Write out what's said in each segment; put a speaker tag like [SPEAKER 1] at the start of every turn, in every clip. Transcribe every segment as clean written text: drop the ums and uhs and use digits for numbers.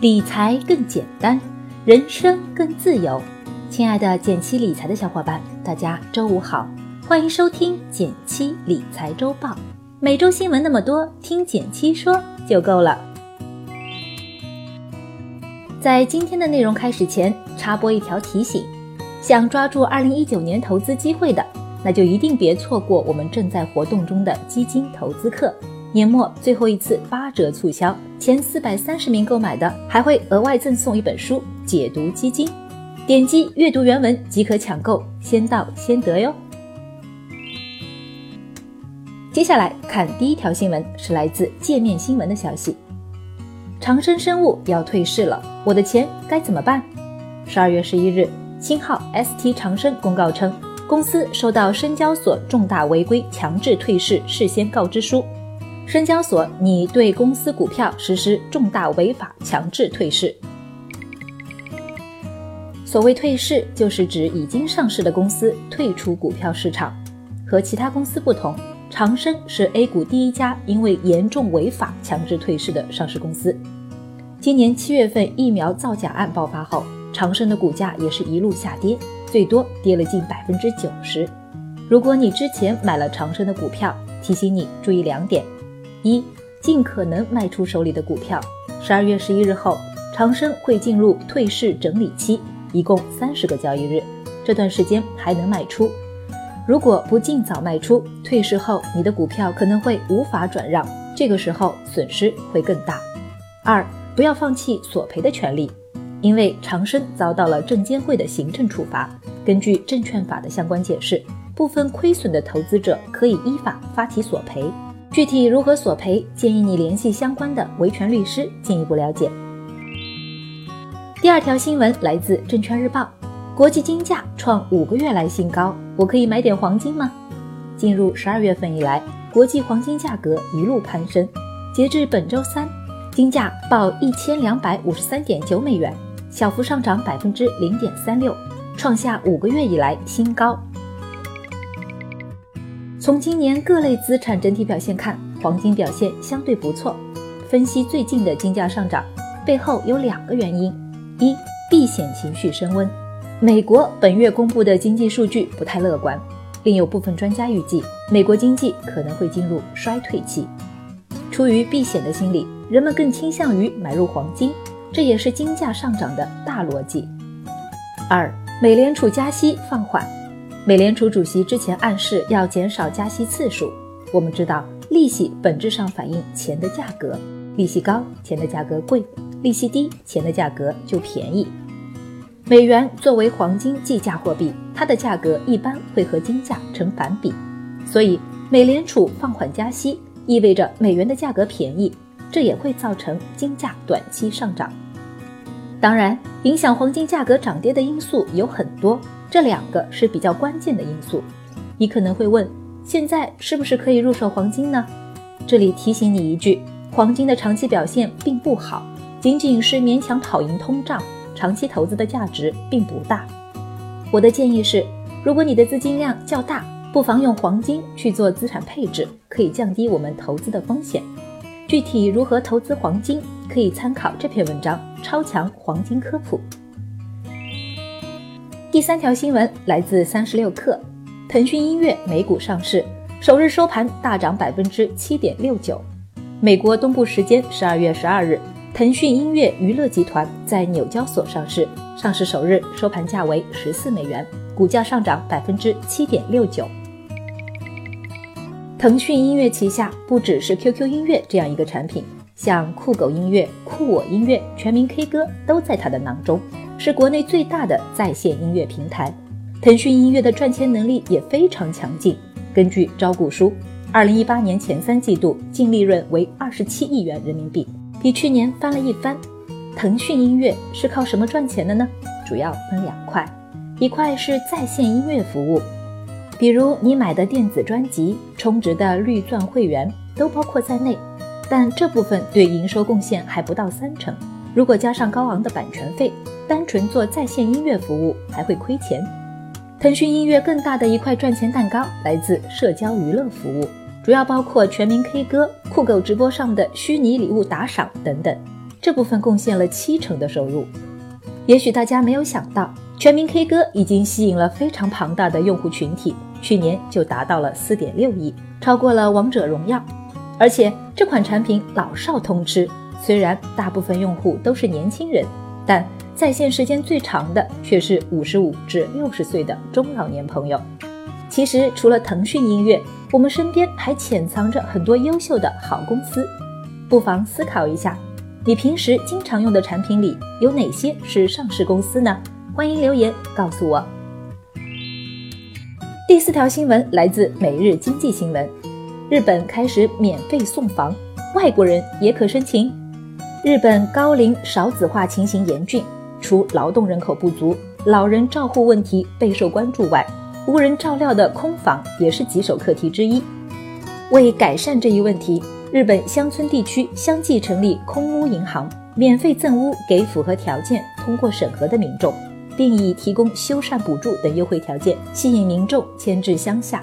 [SPEAKER 1] 理财更简单，人生更自由。亲爱的减七理财的小伙伴，大家周五好，欢迎收听减七理财周报。每周新闻那么多，听减七说就够了。在今天的内容开始前，插播一条提醒，想抓住2019年投资机会的，那就一定别错过我们正在活动中的基金投资课。年末最后一次8折促销，前430名购买的还会额外赠送一本书《解读基金》，点击阅读原文即可抢购，先到先得哟。接下来看第一条新闻，是来自界面新闻的消息。长生生物要退市了，我的钱该怎么办？12月11日，星号 ST 长生公告称，公司收到深交所重大违规强制退市事先告知书，深交所拟对公司股票实施重大违法强制退市。所谓退市，就是指已经上市的公司退出股票市场。和其他公司不同，长生是 A 股第一家因为严重违法强制退市的上市公司。今年7月份疫苗造假案爆发后，长生的股价也是一路下跌，最多跌了近 90%。 如果你之前买了长生的股票，提醒你注意2点。一、尽可能卖出手里的股票。12月11日后，长生会进入退市整理期，一共30个交易日，这段时间还能卖出。如果不尽早卖出，退市后你的股票可能会无法转让，这个时候损失会更大。2、不要放弃索赔的权利，因为长生遭到了证监会的行政处罚，根据证券法的相关解释，部分亏损的投资者可以依法发起索赔。具体如何索赔，建议你联系相关的维权律师进一步了解。第二条新闻来自证券日报，国际金价创5个月来新高，我可以买点黄金吗？进入12月份以来，国际黄金价格一路攀升，截至本周三，金价报1253.9美元，小幅上涨 0.36%， 创下5个月以来新高。从今年各类资产整体表现看，黄金表现相对不错。分析最近的金价上涨，背后有2个原因。一、避险情绪升温。美国本月公布的经济数据不太乐观，另有部分专家预计，美国经济可能会进入衰退期。出于避险的心理，人们更倾向于买入黄金，这也是金价上涨的大逻辑。2、美联储加息放缓。美联储主席之前暗示要减少加息次数。我们知道，利息本质上反映钱的价格，利息高，钱的价格贵；利息低，钱的价格就便宜。美元作为黄金计价货币，它的价格一般会和金价成反比，所以美联储放缓加息，意味着美元的价格便宜，这也会造成金价短期上涨。当然，影响黄金价格涨跌的因素有很多，这2个是比较关键的因素。你可能会问，现在是不是可以入手黄金呢？这里提醒你一句，黄金的长期表现并不好，仅仅是勉强跑赢通胀，长期投资的价值并不大。我的建议是，如果你的资金量较大，不妨用黄金去做资产配置，可以降低我们投资的风险。具体如何投资黄金，可以参考这篇文章《超强黄金科普》。第3条新闻来自36氪，腾讯音乐美股上市，首日收盘大涨 7.69%。美国东部时间12月12日，腾讯音乐娱乐集团在纽交所上市，上市首日收盘价为14美元，股价上涨 7.69%。腾讯音乐旗下不只是 QQ 音乐这样一个产品，像酷狗音乐、酷我音乐、全民 K 歌都在它的囊中，是国内最大的在线音乐平台。腾讯音乐的赚钱能力也非常强劲，根据招股书，2018年前3季度净利润为27亿元人民币，比去年翻了一番。腾讯音乐是靠什么赚钱的呢？主要分2块，一块是在线音乐服务，比如你买的电子专辑、充值的绿钻会员都包括在内，但这部分对营收贡献还不到30%。如果加上高昂的版权费，单纯做在线音乐服务还会亏钱。腾讯音乐更大的一块赚钱蛋糕来自社交娱乐服务，主要包括全民 K 歌、酷狗直播上的虚拟礼物打赏等等。 这部分贡献了70%的收入。也许大家没有想到，全民 K 歌已经吸引了非常庞大的用户群体，去年就达到了4.6亿，超过了王者荣耀。而且这款产品老少通吃，虽然大部分用户都是年轻人，但在线时间最长的却是55至60岁的中老年朋友。其实除了腾讯音乐，我们身边还潜藏着很多优秀的好公司，不妨思考一下，你平时经常用的产品里有哪些是上市公司呢？欢迎留言告诉我。第4条新闻来自每日经济新闻，日本开始免费送房，外国人也可申请。日本高龄少子化情形严峻，除劳动人口不足、老人照护问题备受关注外，无人照料的空房也是棘手课题之一。为改善这一问题，日本乡村地区相继成立空屋银行，免费赠屋给符合条件、通过审核的民众，并以提供修缮补助等优惠条件吸引民众迁至乡下。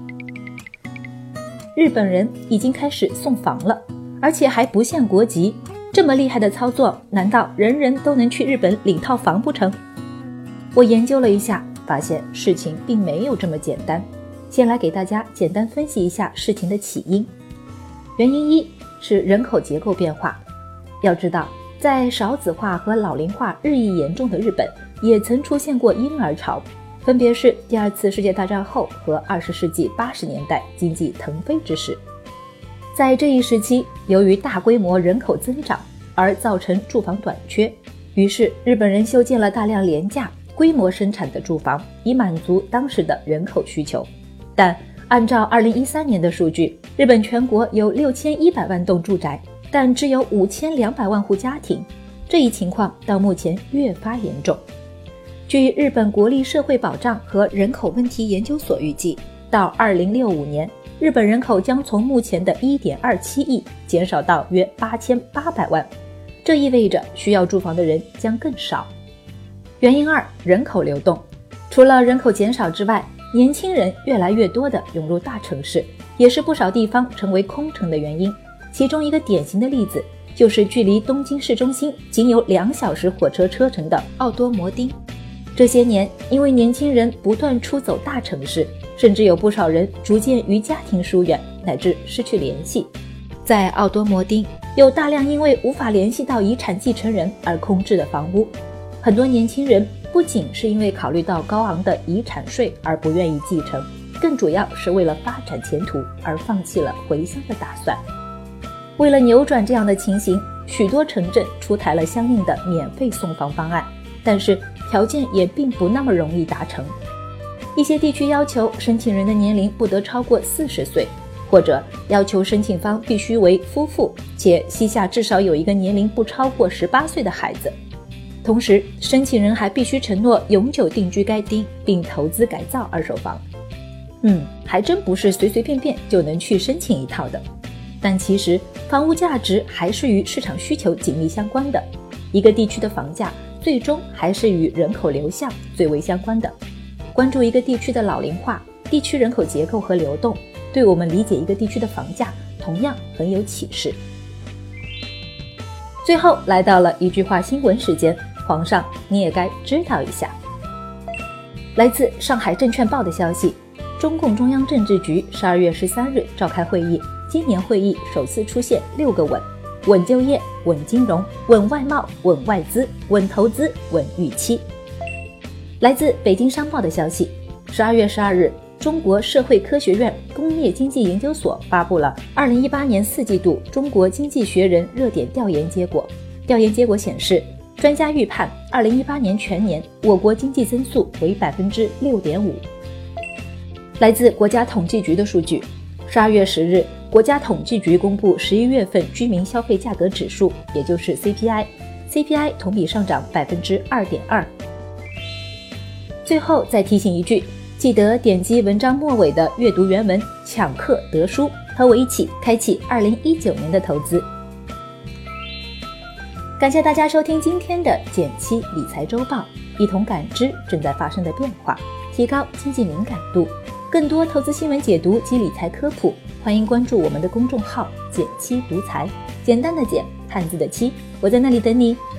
[SPEAKER 1] 日本人已经开始送房了，而且还不限国籍，这么厉害的操作，难道人人都能去日本领套房不成？我研究了一下，发现事情并没有这么简单。先来给大家简单分析一下事情的起因。原因一是人口结构变化。要知道，在少子化和老龄化日益严重的日本，也曾出现过婴儿潮，分别是第2次世界大战后和20世纪80年代经济腾飞之时。在这一时期，由于大规模人口增长而造成住房短缺，于是日本人修建了大量廉价规模生产的住房，以满足当时的人口需求。但按照2013年的数据，日本全国有6100万栋住宅，但只有5200万户家庭，这一情况到目前越发严重。据日本国立社会保障和人口问题研究所预计，到2065年，日本人口将从目前的 1.27 亿减少到约8800万，这意味着需要住房的人将更少。原因二，人口流动。除了人口减少之外，年轻人越来越多地涌入大城市，也是不少地方成为空城的原因。其中一个典型的例子，就是距离东京市中心仅有2小时火车车程的奥多摩町。这些年，因为年轻人不断出走大城市，甚至有不少人逐渐与家庭疏远，乃至失去联系。在奥多摩町，有大量因为无法联系到遗产继承人而空置的房屋。很多年轻人不仅是因为考虑到高昂的遗产税而不愿意继承，更主要是为了发展前途而放弃了回乡的打算。为了扭转这样的情形，许多城镇出台了相应的免费送房方案，但是条件也并不那么容易达成。一些地区要求申请人的年龄不得超过40岁，或者要求申请方必须为夫妇，且膝下至少有一个年龄不超过18岁的孩子。同时，申请人还必须承诺永久定居该地，并投资改造二手房。还真不是随随便便就能去申请一套的。但其实，房屋价值还是与市场需求紧密相关的。一个地区的房价，最终还是与人口流向最为相关的。关注一个地区的老龄化、地区人口结构和流动，对我们理解一个地区的房价同样很有启示。最后来到了一句话新闻时间，皇上你也该知道一下。来自上海证券报的消息，中共中央政治局12月13日召开会议，今年会议首次出现6个稳：稳就业、稳金融、稳外贸、稳外资、稳投资、稳预期。来自北京商报的消息，12月12日，中国社会科学院工业经济研究所发布了2018年4季度中国经济学人热点调研结果。调研结果显示，专家预判2018年全年我国经济增速为 6.5%。来自国家统计局的数据，12月10日，国家统计局公布11月份居民消费价格指数，也就是 CPI 同比上涨 2.2%。最后再提醒一句，记得点击文章末尾的阅读原文，抢课得书，和我一起开启2019年的投资。感谢大家收听今天的减七理财周报，一同感知正在发生的变化，提高经济敏感度。更多投资新闻解读及理财科普，欢迎关注我们的公众号减七独裁，简单的简， 汉字的7，我在那里等你。